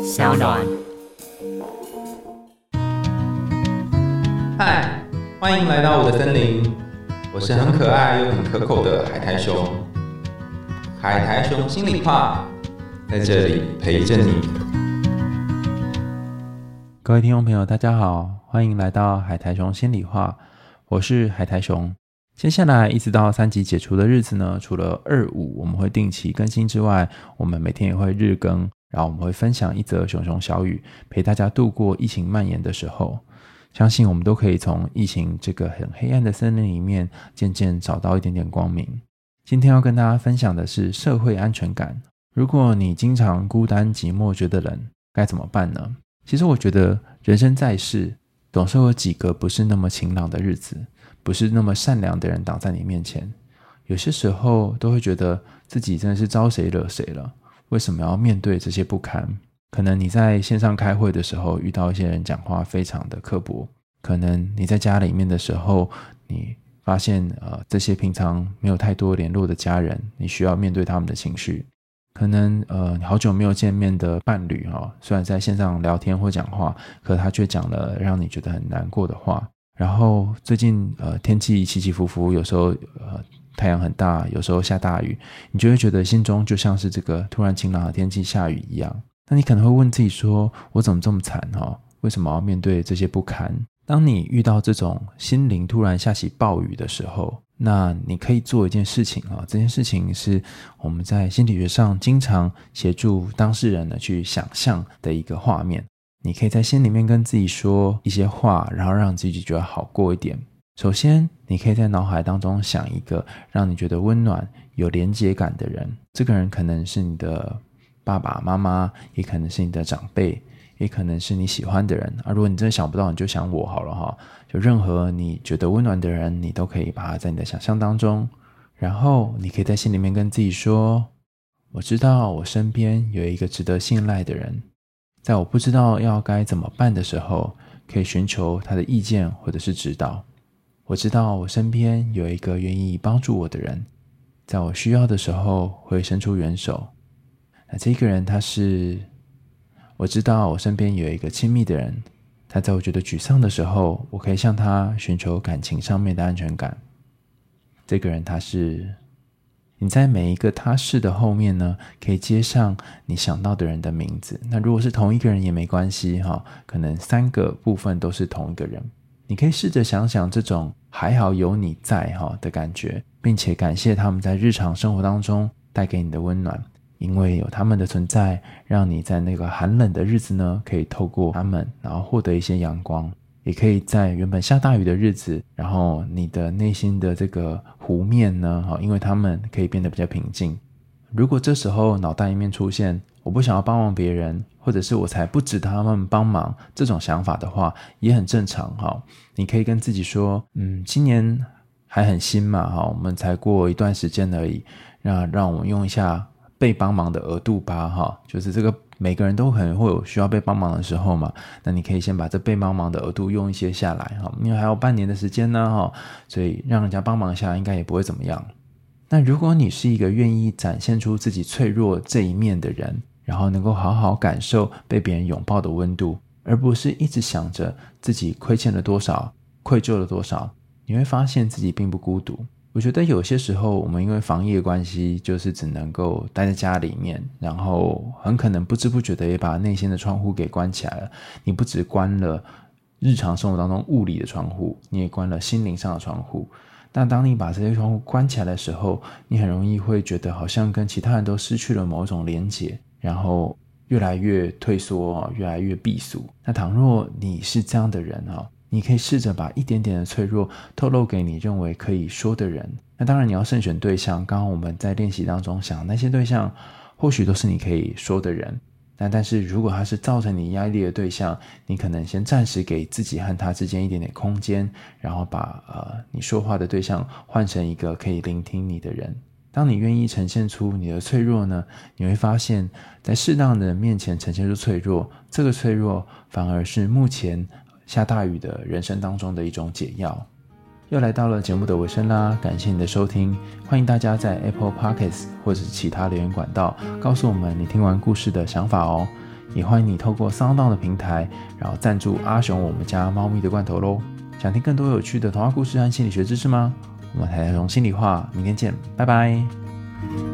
小暖。 嗨，欢迎来到我的森林，我是很可爱又很可口的海苔熊。海苔熊心里话，在这里陪着你。 各位听众朋友大家好，欢迎来到海苔熊心里话，我是海苔熊。接下来一直到3级解除的日子呢，除了2、5我们会定期更新之外，我们每天也会日更，然后我们会分享一则熊熊小语，陪大家度过疫情蔓延的时候。相信我们都可以从疫情这个很黑暗的森林里面渐渐找到一点点光明。今天要跟大家分享的是社会安全感。如果你经常孤单寂寞觉得冷，该怎么办呢？其实我觉得人生在世总是有几个不是那么晴朗的日子，不是那么善良的人挡在你面前，有些时候都会觉得自己真的是招谁惹谁了，为什么要面对这些不堪？可能你在线上开会的时候遇到一些人讲话非常的刻薄，可能你在家里面的时候你发现这些平常没有太多联络的家人，你需要面对他们的情绪。可能你好久没有见面的伴侣虽然在线上聊天或讲话，可他却讲了让你觉得很难过的话。然后最近天气起起伏伏，有时候太阳很大，有时候下大雨，你就会觉得心中就像是这个突然晴朗的天气下雨一样。那你可能会问自己说，我怎么这么惨为什么要面对这些不堪？当你遇到这种心灵突然下起暴雨的时候，那你可以做一件事情这件事情是我们在心理学上经常协助当事人呢去想象的一个画面。你可以在心里面跟自己说一些话，然后让自己觉得好过一点。首先你可以在脑海当中想一个让你觉得温暖有连结感的人，这个人可能是你的爸爸妈妈，也可能是你的长辈，也可能是你喜欢的人如果你真的想不到，你就想我好了就任何你觉得温暖的人，你都可以把它在你的想象当中。然后你可以在心里面跟自己说，我知道我身边有一个值得信赖的人，在我不知道要该怎么办的时候，可以寻求他的意见或者是指导。我知道我身边有一个愿意帮助我的人，在我需要的时候会伸出援手。那这个人他是，我知道我身边有一个亲密的人，他在我觉得沮丧的时候，我可以向他寻求感情上面的安全感。这个人他是，你在每一个他是的后面呢，可以接上你想到的人的名字。那如果是同一个人也没关系可能3个部分都是同一个人。你可以试着想想这种还好有你在的感觉，并且感谢他们在日常生活当中带给你的温暖。因为有他们的存在，让你在那个寒冷的日子呢，可以透过他们然后获得一些阳光，也可以在原本下大雨的日子，然后你的内心的这个湖面呢因为他们可以变得比较平静。如果这时候脑袋里面出现我不想要帮忙别人，或者是我才不值得他们帮忙这种想法的话，也很正常你可以跟自己说今年还很新嘛我们才过一段时间而已，那让我们用一下被帮忙的额度吧就是这个每个人都可能会有需要被帮忙的时候嘛，那你可以先把这被帮忙的额度用一些下来因为还有半年的时间呢所以让人家帮忙一下应该也不会怎么样。那如果你是一个愿意展现出自己脆弱这一面的人，然后能够好好感受被别人拥抱的温度，而不是一直想着自己亏欠了多少，愧疚了多少，你会发现自己并不孤独。我觉得有些时候我们因为防疫的关系，就是只能够待在家里面，然后很可能不知不觉的也把内心的窗户给关起来了。你不只关了日常生活当中物理的窗户，你也关了心灵上的窗户。但当你把这些窗户关起来的时候，你很容易会觉得好像跟其他人都失去了某种连结，然后越来越退缩越来越避俗。那倘若你是这样的人你可以试着把一点点的脆弱透露给你认为可以说的人。那当然你要慎选对象，刚刚我们在练习当中想那些对象或许都是你可以说的人，但是如果他是造成你压力的对象，你可能先暂时给自己和他之间一点点空间，然后把你说话的对象换成一个可以聆听你的人。当你愿意呈现出你的脆弱呢，你会发现在适当的人面前呈现出脆弱，这个脆弱反而是目前下大雨的人生当中的一种解药。又来到了节目的尾声啦，感谢你的收听，欢迎大家在 Apple Podcasts 或者是其他留言管道告诉我们你听完故事的想法哦。 也欢迎你透过 SoundOn 的平台，然后赞助阿雄我们家猫咪的罐头咯。想听更多有趣的童话故事和心理学知识吗？我们台台熊心里话，明天见，拜拜。